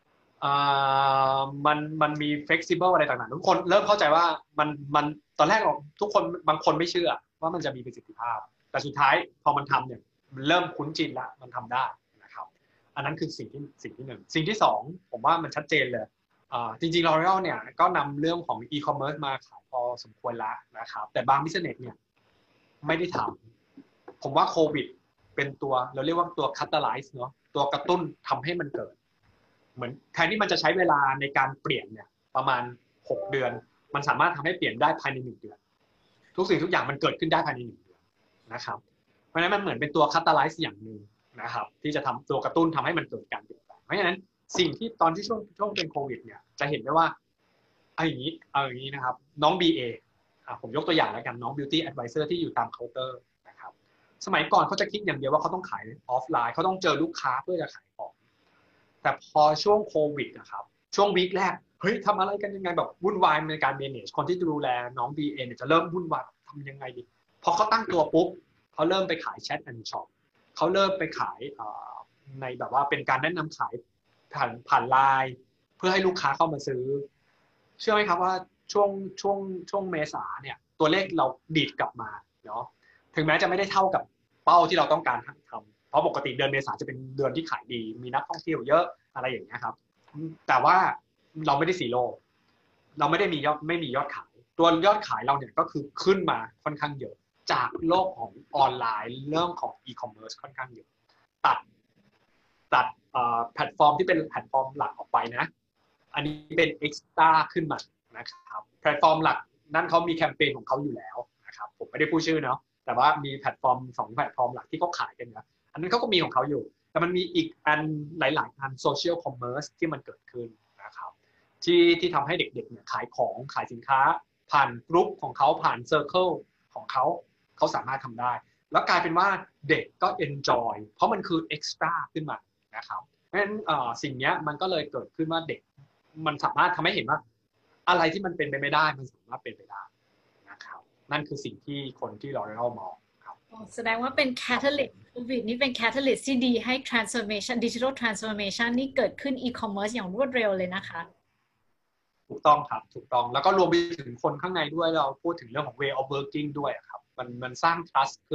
มันมันมี flexible อะไรต่างๆทุกคนเริ่มเข้าใจว่ามันมันตอนแรกทุกคนบางคนไม่เชื่อว่ามันจะมีประสิทธิภาพแต่สุดท้ายพอมันทำเนี่ยมันเริ่มคุ้นชินแล้วมันทำได้นะครับอันนั้นคือสิ่งที่สิ่งที่หนึ่งสิ่งที่สองผมว่ามันชัดเจนเลยจริงๆ L'Oreal เนี่ยก็นำเรื่องของ e-commerce มาขายพอสมควรแล้วนะครับแต่บาง business เนี่ยไม่ได้ทำผมว่าโควิดเป็นตัวเราเรียกว่าตัว catalyze เนาะตัวกระตุ้นทำให้มันเกิดเหมือนแทนที่มันจะใช้เวลาในการเปลี่ยนเนี่ยประมาณหกเดือนมันสามารถทำให้เปลี่ยนได้ภายในหนึ่งเดือนทุกสิ่งทุกอย่างมันเกิดขึ้นได้ภายในหนึ่งเดือนนะครับเพราะฉะนั้นมันเหมือนเป็นตัว catalyze อย่างนึงนะครับที่จะทำตัวกระตุ้นทำให้มันเกิดการเปลี่ยนแปลงเพราะฉะนั้นสิ่งที่ตอนที่ช่วงช่วงเป็นโควิดเนี่ยจะเห็นได้ว่าเอาอย่างนี้เอาอย่างนี้นะครับน้อง บี เอ อ่ะผมยกตัวอย่างแล้วกันน้อง beauty advisor ที่อยู่ตามเคาน์เตอร์นะครับสมัยก่อนเขาจะคิดอย่างเดียวว่าเขาต้องขายออฟไลน์เขาต้องเจอลูกค้าเพื่อจะขายของแต่พอช่วงโควิดนะครับช่วงวีคแรกเฮ้ยทำอะไรกันยังไงแบบวุ่นวายในการ manage คนที่ดูแลน้อง บี เอ เนี่ยจะเริ่มวุ่นวายทำยังไงดีพอเขาตั้งตัวปุ๊บเขาเริ่มไปขาย chat and shop เขาเริ่มไปขายในแบบว่าเป็นการแนะนำขายผ่านผ่านไลน์เพื่อให้ลูกค้าเข้ามาซื้อเชื่อไหมครับว่าช่วงช่วงช่วงเมษาเนี่ยตัวเลขเราดีดกลับมาเนาะถึงแม้จะไม่ได้เท่ากับเป้าที่เราต้องการทำเพราะปกติเดือนเมษาจะเป็นเดือนที่ขายดีมีนักท่องเที่ยวเยอะอะไรอย่างเงี้ยครับแต่ว่าเราไม่ได้ซีโร่เราไม่ได้มียอดไม่มียอดขายตัวยอดขายเราเนี่ยก็คือขึ้นมาค่อนข้างเยอะจากโลกของออนไลน์เรื่องของอีคอมเมิร์ซค่อนข้างเยอะตัดตัดแพลตฟอร์มที่เป็นแพลตฟอร์มหลักออกไปนะอันนี้เป็นเอ็กซ์ตร้าขึ้นมานะครับแพลตฟอร์มหลักนั่นเขามีแคมเปญของเขาอยู่แล้วนะครับผมไม่ได้พูดชื่อเนาะแต่ว่ามีแพลตฟอร์มสองแพลตฟอร์มหลักที่เขาขายกันนะอันนั้นเขาก็มีของเขาอยู่แต่มันมีอีกอันหลายๆอันโซเชียลคอมเมิร์ซที่มันเกิดขึ้นนะครับที่ที่ทำให้เด็กๆเนี่ยขายของขายสินค้าผ่านกลุ่มของเขาผ่านเซอร์เคิลของเขาเขาสามารถทำได้แล้วกลายเป็นว่าเด็กก็เอนจอยเพราะมันคือเอ็กซ์ตร้าขึ้นมานะครับเพราะฉะนั้นสิ่งนี้มันก็เลยเกิดขึ้นว่าเด็กมันสามารถทำให้เห็นว่าอะไรที่มันเป็นไปไม่ได้มันสามารถเป็นไปได้นะครับนั่นคือสิ่งที่คนที่เราได้มองครับแสดงว่าเป็น catalyst โควิดนี่เป็น catalyst ที่ดีให้ transformation digital transformation นี่เกิดขึ้น e-commerce อย่างรวดเร็วเลยนะคะถูกต้องครับถูกต้องแล้วก็รวมไปถึงคนข้างในด้วยเราพูดถึงเรื่องของ way of working ด้วยครับมันมันสร้าง trust ขึ้น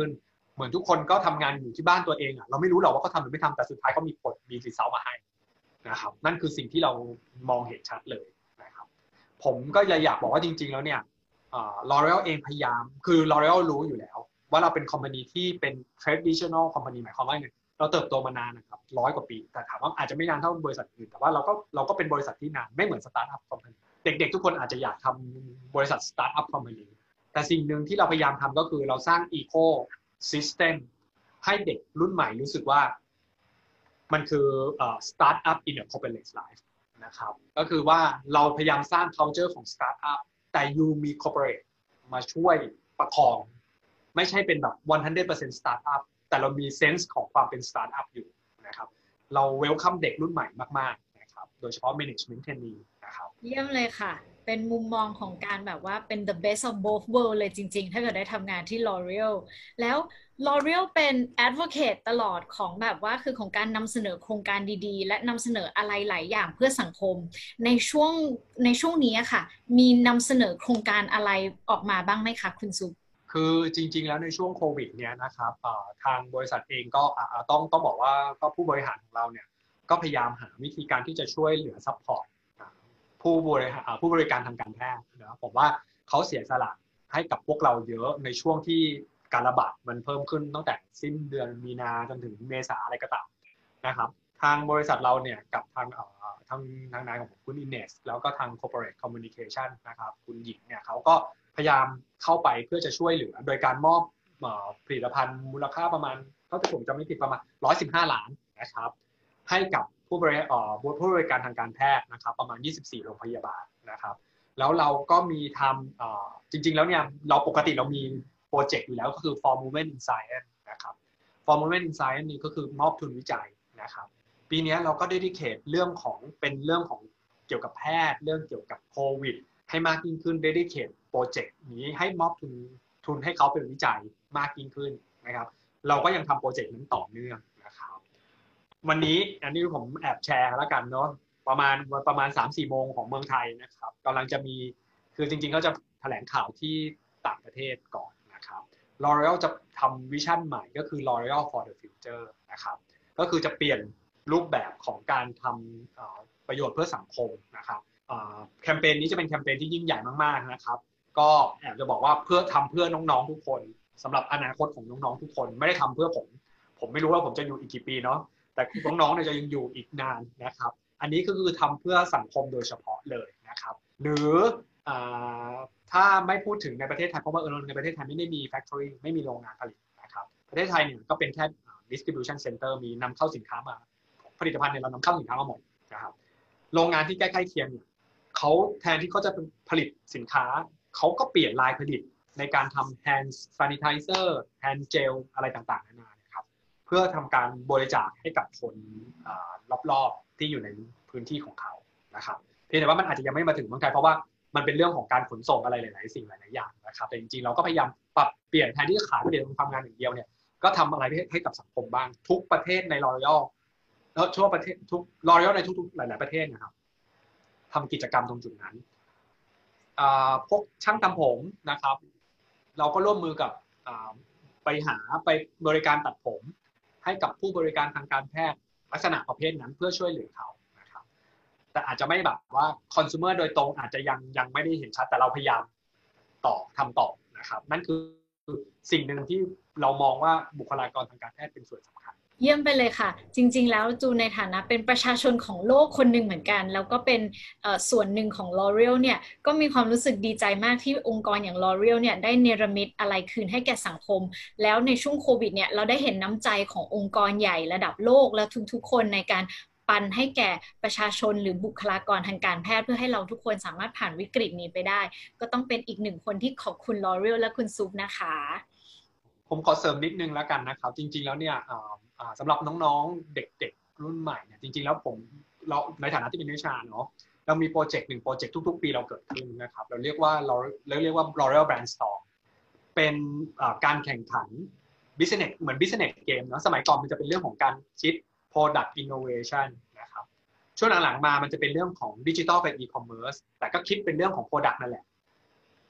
เหมือนทุกคนก็ทำงานอยู่ที่บ้านตัวเองอ่ะเราไม่รู้หรอกว่าเขาทำหรือไม่ทำแต่สุดท้ายเขามีผลมีรีซัลต์มาให้นะครับนั่นคือสิ่งที่เรามองเห็นชัดเลยนะครับผมก็เลยอยากบอกว่าจริงๆแล้วเนี่ยL'Oreal เองพยายามคือ L'Oreal รู้อยู่แล้วว่าเราเป็นคอมพานีที่เป็น traditional company หมายความว่าไงเราเติบโตมานานนะครับร้อยกว่าปีแต่ถามว่าอาจจะไม่นานเท่าบริษัทอื่นแต่ว่าเราก็เราก็เป็นบริษัทที่นานไม่เหมือนสตาร์ทอัพคอมพานีเด็กๆทุกคนอาจจะอยากทำบริษัทสตาร์ทอัพคอมพานีแต่สิ่งหนึ่งที่เราพยายามทำก็คือเราสร้าง eco system ให้เด็กรุ่นใหม่รู้สึกว่ามันคือ startup in a corporate life นะครับก็คือว่าเราพยายามสร้าง culture ของ startup แต่ยูมี corporate มาช่วยประคองไม่ใช่เป็นแบบ one hundred percent startup แต่เรามี sense ของความเป็น startup อยู่นะครับเรา welcome เด็กรุ่นใหม่มากๆนะครับโดยเฉพาะ management trainee นะครับเยี่ยมเลยค่ะเป็นมุมมองของการแบบว่าเป็น the best of both world เลยจริงๆถ้าเกิดได้ทำงานที่ L'Oreal แล้ว L'Oreal เป็น advocate ตลอดของแบบว่าคือของการนำเสนอโครงการดีๆและนำเสนออะไรหลายอย่างเพื่อสังคมในช่วงในช่วงนี้ค่ะมีนำเสนอโครงการอะไรออกมาบ้างไหมคะคุณซุปคือจริงๆแล้วในช่วงโควิดเนี่ยนะครับทางบริษัทเองก็ต้องต้องบอกว่าก็ผู้บริหารของเราเนี่ยก็พยายามหาวิธีการที่จะช่วยเหลือซัพพอร์ตผู้บริหารผู้บริการทางการแพทย์นะผมว่าเขาเสียสละให้กับพวกเราเยอะในช่วงที่การระบาดมันเพิ่มขึ้นตั้งแต่สิ้นเดือนมีนาจนถึงเมษาอะไรก็ตามนะครับทางบริษัทเราเนี่ยกับทางทางทางนายของคุณอินเนสแล้วก็ทาง corporate communication นะครับคุณหญิงเนี่ยเขาก็พยายามเข้าไปเพื่อจะช่วยเหลือโดยการมอบผลิตภัณฑ์มูลค่าประมาณเท่าที่ผมจำไม่ผิดประมาณหนึ่งร้อยสิบห้าล้านนะครับให้กับผู้บริผู้บริการทางการแพทย์นะครับประมาณยี่สิบสี่โรงพยาบาลนะครับแล้วเราก็มีทำจริงๆแล้วเนี่ยเราปกติเรามีโปรเจกต์อยู่แล้วก็คือ For Movement in Science นะครับ For Movement in Science นี่ก็คือมอบทุนวิจัยนะครับปีนี้เราก็ได้ดิเคทเรื่องของเป็นเรื่องของเกี่ยวกับแพทย์เรื่องเกี่ยวกับโควิดให้มากยิ่งขึ้นได้ดิเคทโปรเจกต์นี้ให้มอบทุนทุนให้เขาเป็นวิจัยมากยิ่งขึ้นนะครับเราก็ยังทำโปรเจกต์นั้นต่อเนื่องนะครับวันนี้อันนี้ผมแอบแชร์แล้วกันเนาะประมาณประมาณ สามสี่ โมงของเมืองไทยนะครับกำลังจะมีคือจริงๆก็จะแถลงข่าวที่ต่างประเทศก่อนนะครับ L'Oreal จะทำวิชั่นใหม่ก็คือ L'Oreal for the Future นะครับก็คือจะเปลี่ยนรูปแบบของการทำประโยชน์เพื่อสังคมนะครับแคมเปญนี้จะเป็นแคมเปญที่ยิ่งใหญ่มากๆนะครับก็แอบจะบอกว่าเพื่อทำเพื่อน้องๆทุกคนสำหรับอนาคตของน้องๆทุกคนไม่ได้ทำเพื่อผมผมไม่รู้ว่าผมจะอยู่อีกกี่ปีเนาะแต่น้องๆเนี่ยจะยังอยู่อีกนานนะครับอันนี้ก็คือทำเพื่อสังคมโดยเฉพาะเลยนะครับหรือถ้าไม่พูดถึงในประเทศไทยเพราะว่าในประเทศไทยไม่ได้มี factory ไม่มีโรงงานผลิตนะครับประเทศไทยเนี่ยก็เป็นแค่ distribution center มีนำเข้าสินค้ามาผลิตภัณฑ์เนี่ยเรานำเข้าสินค้ามาหมดนะครับโรงงานที่ใกล้ๆเคียงเนี่ยเขาแทนที่เขาจะผลิตสินค้าเขาก็เปลี่ยนลายผลิตในการทำ hand sanitizer hand gel อะไรต่างๆนานานะครับเพื่อทำการบริจาคให้กับคนรอบๆที่อยู่ในพื้นที่ของเขานะครับเพียงแต่ว่ามันอาจจะยังไม่มาถึงเมืองไทยเพราะว่ามันเป็นเรื่องของการขนส่งอะไรหลายๆสิ่งหลายๆอย่างนะครับแต่จริงๆเราก็พยายามปรับเปลี่ยนแทนที่จะขายผลิตภัณฑ์ทำงานอย่างเดียวเนี่ยก็ทำอะไรให้กับสังคมบ้างทุกประเทศใน L'Oreal แล้วทั่วประเทศทุก L'Oreal ในทุกๆหลายๆประเทศนะครับทำกิจกรรมตรงจุดนั้นพวกช่างทำผมนะครับเราก็ร่วมมือกับไปหาไปบริการตัดผมให้กับผู้บริการทางการแพทย์ลักษณะประเภทนั้นเพื่อช่วยเหลือเขานะครับแต่อาจจะไม่แบบว่าคอน sumer โดยตรงอาจจะยังยังไม่ได้เห็นชัดแต่เราพยายามต่อทำต่อนะครับนั่นคือสิ่งหนึ่งที่เรามองว่าบุคลากรทางการแพทย์เป็นส่วนสำคัญเยี่ยมไปเลยค่ะจริงๆแล้วจูในฐานะเป็นประชาชนของโลกคนหนึ่งเหมือนกันแล้วก็เป็นส่วนหนึ่งของ L'Oreal เนี่ยก็มีความรู้สึกดีใจมากที่องค์กรอย่าง L'Oreal เนี่ยได้เนรมิตอะไรคืนให้แก่สังคมแล้วในช่วงโควิดเนี่ยเราได้เห็นน้ำใจขององค์กรใหญ่ระดับโลกและทุกๆคนในการปันให้แก่ประชาชนหรือบุคลากรทางการแพทย์เพื่อให้เราทุกคนสามารถผ่านวิกฤตนี้ไปได้ก็ต้องเป็นอีกหนึ่งคนที่ขอบคุณ L'Oreal และคุณซุปนะคะผมขอเสริมนิดนึงแล้วกันนะครับจริงๆแล้วเนี่ยสำหรับน้องๆเด็กๆรุ่นใหม่เนี่ยจริงๆแล้วผมเราในฐานะที่เป็นวิชาเนาะเรามีโปรเจกต์หนึ่งโปรเจกต์ทุกๆปีเราเกิดขึ้นนะครับเราเรียกว่าเราเรียกว่า L'Oreal Brandstorm เป็นการแข่งขัน business เหมือน business game เนาะสมัยก่อนมันจะเป็นเรื่องของการคิด product innovation นะครับช่วงหลังๆมามันจะเป็นเรื่องของ digital กับ e-commerce แต่ก็คิดเป็นเรื่องของ product นั่นแหละป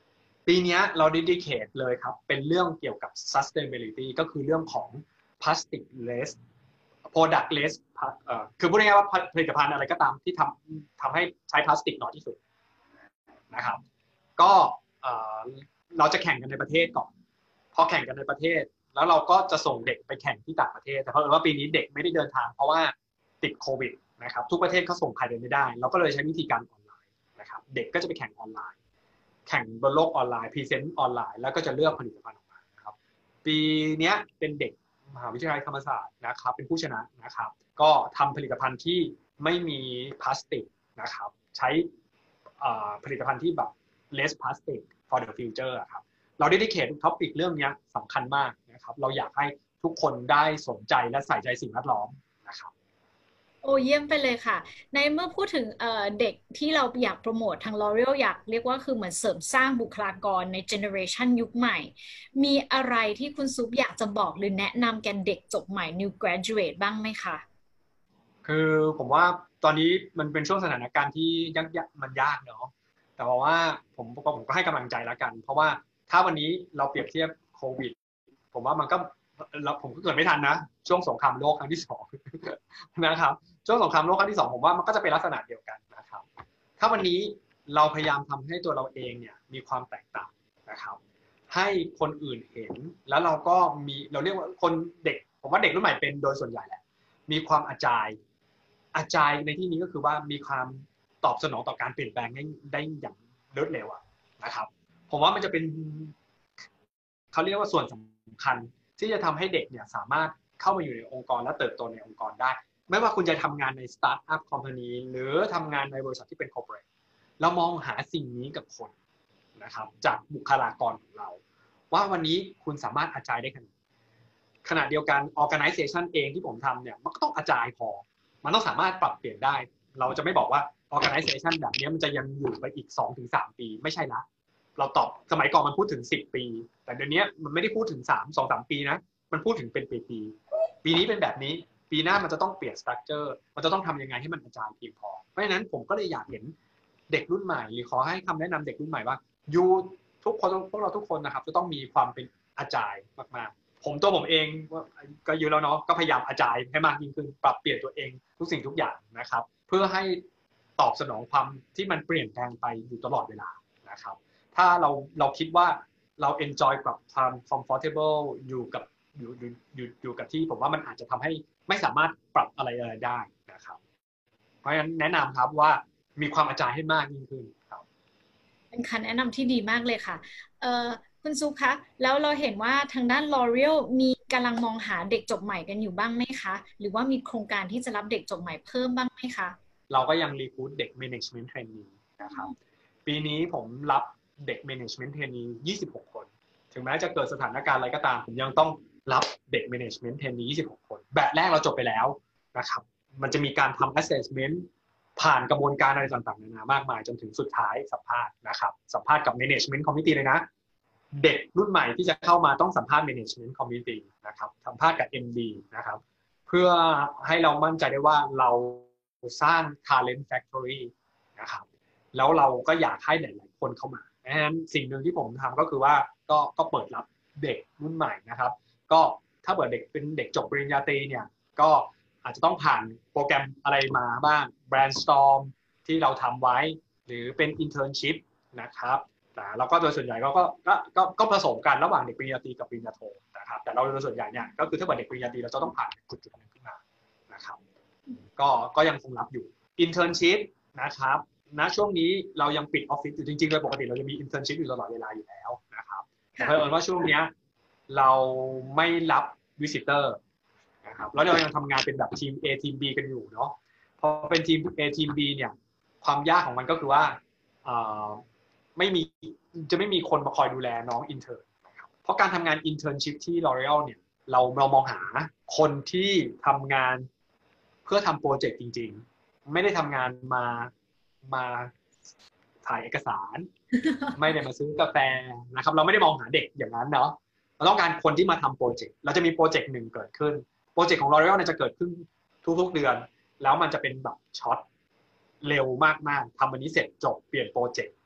ปีนี้เรา dedicate เลยครับเป็นเรื่องเกี่ยวกับ sustainability ก็คือเรื่องของ plastic less product less เอ่อคือพูดง่ายๆว่าผลิตภัณฑ์อะไรก็ตามที่ทำทำให้ใช้พลาสติกน้อยที่สุดนะครับก็เอ่อเราจะแข่งกันในประเทศก่อนพอแข่งกันในประเทศแล้วเราก็จะส่งเด็กไปแข่งที่ต่างประเทศแต่เพราะว่าปีนี้เด็กไม่ได้เดินทางเพราะว่าติดโควิดนะครับทุกประเทศเขาส่งใครเดินไม่ได้เราก็เลยใช้วิธีการออนไลน์นะครับเด็กก็จะไปแข่งออนไลน์แข่งบนโลกออนไลน์พรีเซนต์ออนไลน์แล้วก็จะเลือกผลิตภัณฑ์ออกมานะครับปีนี้เป็นเด็กมหาวิทยาลัยธรรมศาสตร์นะครับเป็นผู้ชนะนะครับก็ทำผลิตภัณฑ์ที่ไม่มีพลาสติกนะครับใช้ผลิตภัณฑ์ที่แบบ less plastic for the future ครับเราได้ได้เขียนท็อปิกเรื่องนี้สำคัญมากนะครับเราอยากให้ทุกคนได้สนใจและใส่ใจสิ่งแวดล้อมนะครับโอ้เยี่ยมไปเลยค่ะในเมื่อพูดถึงเเด็กที่เราอยากโปรโมททาง L'Oreal อยากเรียกว่าคือเหมือนเสริมสร้างบุคลากรในเจเนอเรชันยุคใหม่มีอะไรที่คุณซุปอยากจะบอกหรือแนะนำแกเด็กจบใหม่ new graduate บ้างไหมคะคือผมว่าตอนนี้มันเป็นช่วงสถานการณ์ที่ยากมันยากเนาะแต่ว่าผมผมก็ให้กำลังใจแล้วกันเพราะว่าถ้าวันนี้เราเปรียบเทียบโควิดผมว่ามันก็เราผมก็เกิดไม่ทันนะช่วงสงครามโลกครั้งที่สองนะครับช่วงสงครามโลกครั้งที่สองผมว่ามันก็จะเป็นลักษณะเดียวกันนะครับถ้าวันนี้เราพยายามทำให้ตัวเราเองเนี่ยมีความแตกต่างนะครับให้คนอื่นเห็นแล้วเราก็มีเราเรียกว่าคนเด็กผมว่าเด็กรุ่นใหม่เป็นโดยส่วนใหญ่แหละมีความอาจายอาจายในที่นี้ก็คือว่ามีความตอบสนองต่อการเปลี่ยนแปลงได้ได้อย่างรวดเร็วนะครับผมว่ามันจะเป็นเขาเรียกว่าส่วนสำคัญที่จะทำให้เด็กเนี่ยสามารถเข้ามาอยู่ในองค์กรและเติบโตในองค์กรได้ไม่ว่าคุณจะทำงานในสตาร์ทอัพคอมพานีหรือทำงานในบริษัทที่เป็นคอร์ปอเรทเรามองหาสิ่งนี้กับคนนะครับจากบุคลากรของเราว่าวันนี้คุณสามารถอาจายได้ขนาดขณะเดียวกัน organization เองที่ผมทำเนี่ยมันก็ต้องอาจายพอมันต้องสามารถปรับเปลี่ยนได้เราจะไม่บอกว่า organization แบบนี้มันจะยังอยู่ไปอีก สองถึงสาม ปีไม่ใช่ละเราตอบสมัยก่อนมันพูดถึงสิบปีแต่เดี๋ยวนี้มันไม่ได้พูดถึงสาม สอง สามปีนะมันพูดถึงเป็นปีปีปีนี้เป็นแบบนี้ปีหน้ามันจะต้องเปลี่ยนสตรัคเจอร์มันจะต้องทำยังไงให้มันอาจารย์เพียงพอเพราะฉะนั้นผมก็เลยอยากเห็นเด็กรุ่นใหม่หรือขอให้คำแนะนำเด็กรุ่นใหม่ว่ายูทุกคนพวกเราทุกคนนะครับจะต้องมีความเป็นอาจารย์มากๆผมตัวผมเองก็เยอะแล้วเนาะก็พยายามอาจารย์ให้มากยิ่งขึ้นปรับเปลี่ยนตัวเองทุกสิ่งทุกอย่างนะครับเพื่อให้ตอบสนองความที่มันเปลี่ยนแปลงไปอยู่ตลอดเวลานะครับถ้าเราเราคิดว่าเรา enjoy กับความ comfortable อยู่กับอยู่อยู่อยู่อยู่กับที่ผมว่ามันอาจจะทำให้ไม่สามารถปรับอะไรอะไรได้นะครับเพราะฉะนั้นแนะนำครับว่ามีความอาจารย์ให้มากยิ่งขึ้นครับเป็นคำแนะนำที่ดีมากเลยค่ะเอ่อคุณซุปคะแล้วเราเห็นว่าทางด้าน L'Oreal มีกำลังมองหาเด็กจบใหม่กันอยู่บ้างไหมคะหรือว่ามีโครงการที่จะรับเด็กจบใหม่เพิ่มบ้างไหมคะเราก็ยังรีคูดเด็ก management trainee นะครับปีนี้ผมรับเด็ก management trainee ยี่สิบหกคนถึงแม้จะเกิดสถานการณ์อะไรก็ตามผมยังต้องรับเด็ก management trainee ยี่สิบหกคนแบบแรกเราจบไปแล้วนะครับมันจะมีการทำ assessment ผ่านกระบวนการอะไรต่างๆนานามากมายจนถึงสุดท้ายสัมภาษณ์นะครับสัมภาษณ์กับ management committee เลยนะเด็กรุ่นใหม่ที่จะเข้ามาต้องสัมภาษณ์ management committee นะครับสัมภาษณ์กับ เอ็ม ดี นะครับเพื่อให้เรามั่นใจได้ว่าเราสร้าง talent factory นะครับแล้วเราก็อยากให้หลายๆคนเข้ามาดังนั้นสิ่งหนึ่งที่ผมทำก็คือว่าก็ก็เปิดรับเด็กรุ่นใหม่นะครับก็ถ้าเปิดเด็กเป็นเด็กจบปริญญาตรีเนี่ยก็อาจจะต้องผ่านโปรแกรมอะไรมาบ้าง brainstorm ที่เราทำไว้หรือเป็น internship นะครับแต่เราก็โดยส่วนใหญ่ก็ก็ก็ก็ผสมกันระหว่างเด็กปริญญาตรีกับปริญญาโทนะครับแต่เราโดยส่วนใหญ่เนี่ยก็คือถ้าเปิดเด็กปริญญาตรีเราจะต้องผ่านจุดๆนึงขึ้นมานะครับก็ก็ยังคงรับอยู่ internship นะครับณช่วงนี้เรายังปิดออฟฟิศอยู่จริงๆโดยปกติเราจะมี internship อยู่ตลอดเวลาอยู่แล้วนะครับแต่เผอิญว่าช่วงนี้เราไม่รับ visitor นะครับแล้วเรายังทำงานเป็นแบบทีม A ทีม B กันอยู่เนาะพอเป็นทีม A ทีม B เนี่ยความยากของมันก็คือว่าไม่มีจะไม่มีคนมาคอยดูแลน้องอินเทอร์เพราะการทำงาน internship ที่ L'Oreal เนี่ยเราเรามองหาคนที่ทำงานเพื่อทำโปรเจกต์จริงๆไม่ได้ทำงานมามาถ่ายเอกสาร ไม่ได้มาซื้อกาแฟนะครับเราไม่ได้มองหาเด็กอย่างนั้นเนาะเราต้องการคนที่มาทำโปรเจกต์เราจะมีโปรเจกต์หนึ่งเกิดขึ้นโปรเจกต์ของ L'Oreal เนี่ยจะเกิดขึ้นทุกๆเดือนแล้วมันจะเป็นแบบช็อตเร็วมากๆทำวันนี้เสร็จจบเปลี่ยนโปรเจกต์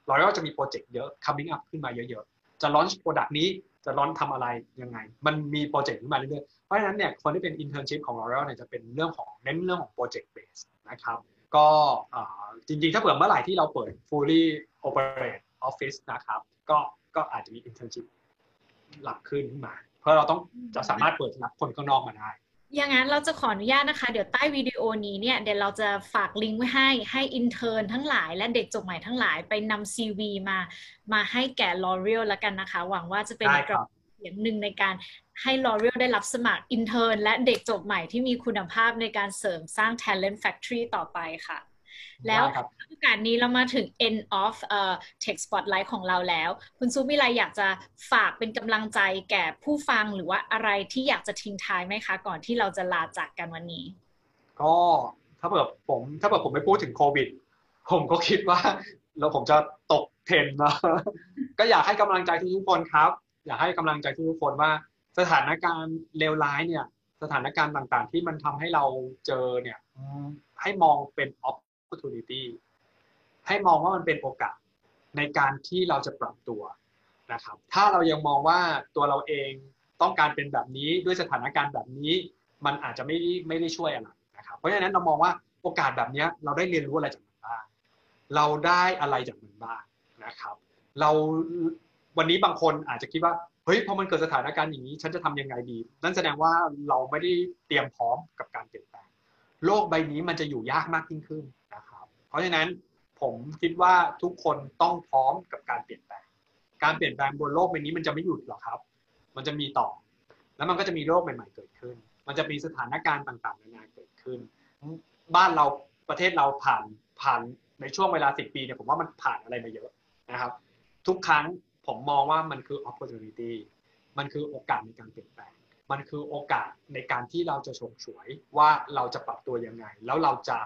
L'Oreal จะมีโปรเจกต์เยอะ coming up ขึ้นมาเยอะๆจะ launch product นี้จะ launch ทำอะไรยังไงมันมีโปรเจกต์ขึ้นมาเรื่อยๆเพราะฉะนั้นเนี่ยคนที่เป็น internship ของ L'Oreal เนี่ยจะเป็นเรื่องของเน้นเรื่องของ project base นะครับก็จริงๆถ้าเผื่อเมื่อไหร่ที่เราเปิด fully operate office นะครับก็ก็อาจจะมี internship หลักขึ้นขึ้นมาเพราะเราต้องจะสามารถเปิดรับคนข้างนอกมาได้อย่างนั้นเราจะขออนุญาตนะคะเดี๋ยวใต้วิดีโอนี้เนี่ยเดี๋ยวเราจะฝากลิงก์ไว้ให้ให้อินเทอร์นทั้งหลายและเด็กจบใหม่ทั้งหลายไปนำ ซี วี มามาให้แก่ L'Oreal แล้วกันนะคะหวังว่าจะเป็นกระบอกเสียงหนึ่งในการให้ L'Oreal ได้รับสมัครอินเทอร์นและเด็กจบใหม่ที่มีคุณภาพในการเสริมสร้าง Talent Factory ต่อไปค่ะแล้วโอกาสนี้เรามาถึง end of เอ่อ Tech Spotlight ของเราแล้วคุณซูมีอะไรอยากจะฝากเป็นกำลังใจแก่ผู้ฟังหรือว่าอะไรที่อยากจะทิ้งท้ายไหมคะก่อนที่เราจะลาจากกันวันนี้ก็ถ้าเกิดผมถ้าเกิดผมไม่พูดถึงโควิดผมก็คิดว่าแล้วผมจะตกเทรนด์นะก็อยากให้กำลังใจทุกคนครับอยากให้กำลังใจทุกคนว่าสถานการณ์เลวร้ายเนี่ยสถานการณ์ต่างๆที่มันทำให้เราเจอเนี่ยให้มองเป็น opportunity ให้มองว่ามันเป็นโอกาสในการที่เราจะปรับตัวนะครับถ้าเรายังมองว่าตัวเราเองต้องการเป็นแบบนี้ด้วยสถานการณ์แบบนี้มันอาจจะไม่ไม่ได้ช่วยอะไรนะครับเพราะฉะนั้นเรามองว่าโอกาสแบบนี้เราได้เรียนรู้อะไรจากมันบ้างเราได้อะไรจากมันบ้างนะครับเราวันนี้บางคนอาจจะคิดว่าเฮ้ยพอมันเกิดสถานการณ์อย่างนี้ฉันจะทำยังไงดีนั่นแสดงว่าเราไม่ได้เตรียมพร้อมกับการเปลี่ยนแปลงโลกใบนี้มันจะอยู่ยากมากยิ่งขึ้นนะครับเพราะฉะนั้นผมคิดว่าทุกคนต้องพร้อมกับการเปลี่ยนแปลงการเปลี่ยนแปลงบนโลกใบนี้มันจะไม่หยุดหรอกครับมันจะมีต่อแล้วมันก็จะมีโลกใหม่ๆเกิดขึ้นมันจะมีสถานการณ์ต่างๆนานาเกิดขึ้นบ้านเราประเทศเราผ่านผ่านในช่วงเวลาสิบปีเนี่ยผมว่ามันผ่านอะไรมาเยอะนะครับทุกครั้งผมมองว่ามันคือ opportunity มันคือโอกาสในการเปลี่ยนแปลงมันคือโอกาสในการที่เราจะฉกฉวยว่าเราจะปรับตัวยังไงแล้วเราจะ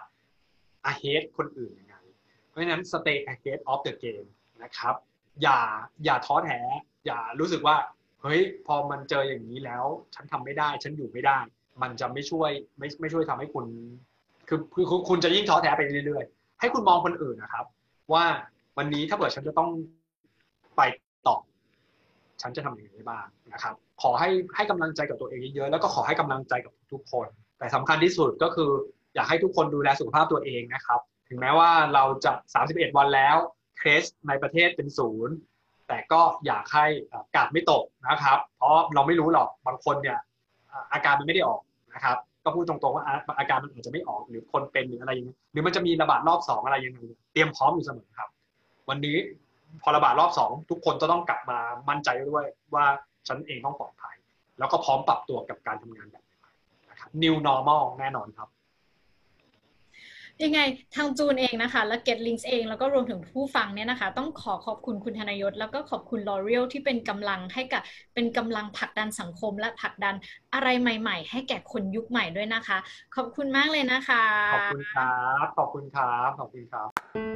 ahead คนอื่นยังไงเพราะฉะนั้น stay ahead of the game นะครับอย่าอย่าท้อแท้อย่ารู้สึกว่าเฮ้ยพอมันเจออย่างนี้แล้วฉันทำไม่ได้ฉันอยู่ไม่ได้มันจะไม่ช่วยไม่ไม่ช่วยทำให้คุณคือคือคุณจะยิ่งท้อแท้ไปเรื่อยๆให้คุณมองคนอื่นนะครับว่าวันนี้ถ้าเกิดฉันจะต้องไปต่อฉันจะทำอย่างไรบ้างนะครับขอให้ให้กำลังใจกับตัวเองเยอะๆแล้วก็ขอให้กำลังใจกับทุกคนแต่สำคัญที่สุดก็คืออยากให้ทุกคนดูแลสุขภาพตัวเองนะครับถึงแม้ว่าเราจะสามสิบเอ็ดวันแล้วเคสในประเทศเป็นศูนย์แต่ก็อยากให้กาดไม่ตกนะครับเพราะเราไม่รู้หรอกบางคนเนี่ยอาการมันไม่ได้ออกนะครับก็พูดตรงๆว่าอาการมันอาจจะไม่ออกหรือคนเป็นหรืออะไรอย่างนี้หรือมันจะมีระบาดรอบสองอะไรยังไงเตรียมพร้อมอยู่เสมอครับวันนี้พอระบาดรอบสองทุกคนจะต้องกลับมามั่นใจด้วยว่าฉันเองต้องปลอดภัยแล้วก็พร้อมปรับตัวกับการทำงานแบบใหม่นะครับ New Normal แน่นอนครับยังไงทางจูนเองนะคะและ GetLinks เองแล้วก็รวมถึงผู้ฟังเนี่ยนะคะต้องขอขอบคุณคุณธนยศแล้วก็ขอบคุณ L'Oreal ที่เป็นกำลังให้กับเป็นกำลังผลักดันสังคมและผลักดันอะไรใหม่ๆให้แก่คนยุคใหม่ด้วยนะคะขอบคุณมากเลยนะคะขอบคุณครับขอบคุณครับขอบคุณครับ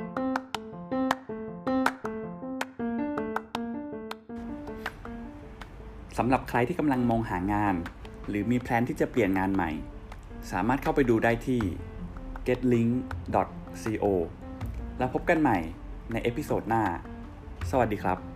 สำหรับใครที่กำลังมองหางานหรือมีแพลนที่จะเปลี่ยนงานใหม่สามารถเข้าไปดูได้ที่ เก็ตลิงก์ ดอท ซี โอ แล้วพบกันใหม่ในเอพิโซดหน้าสวัสดีครับ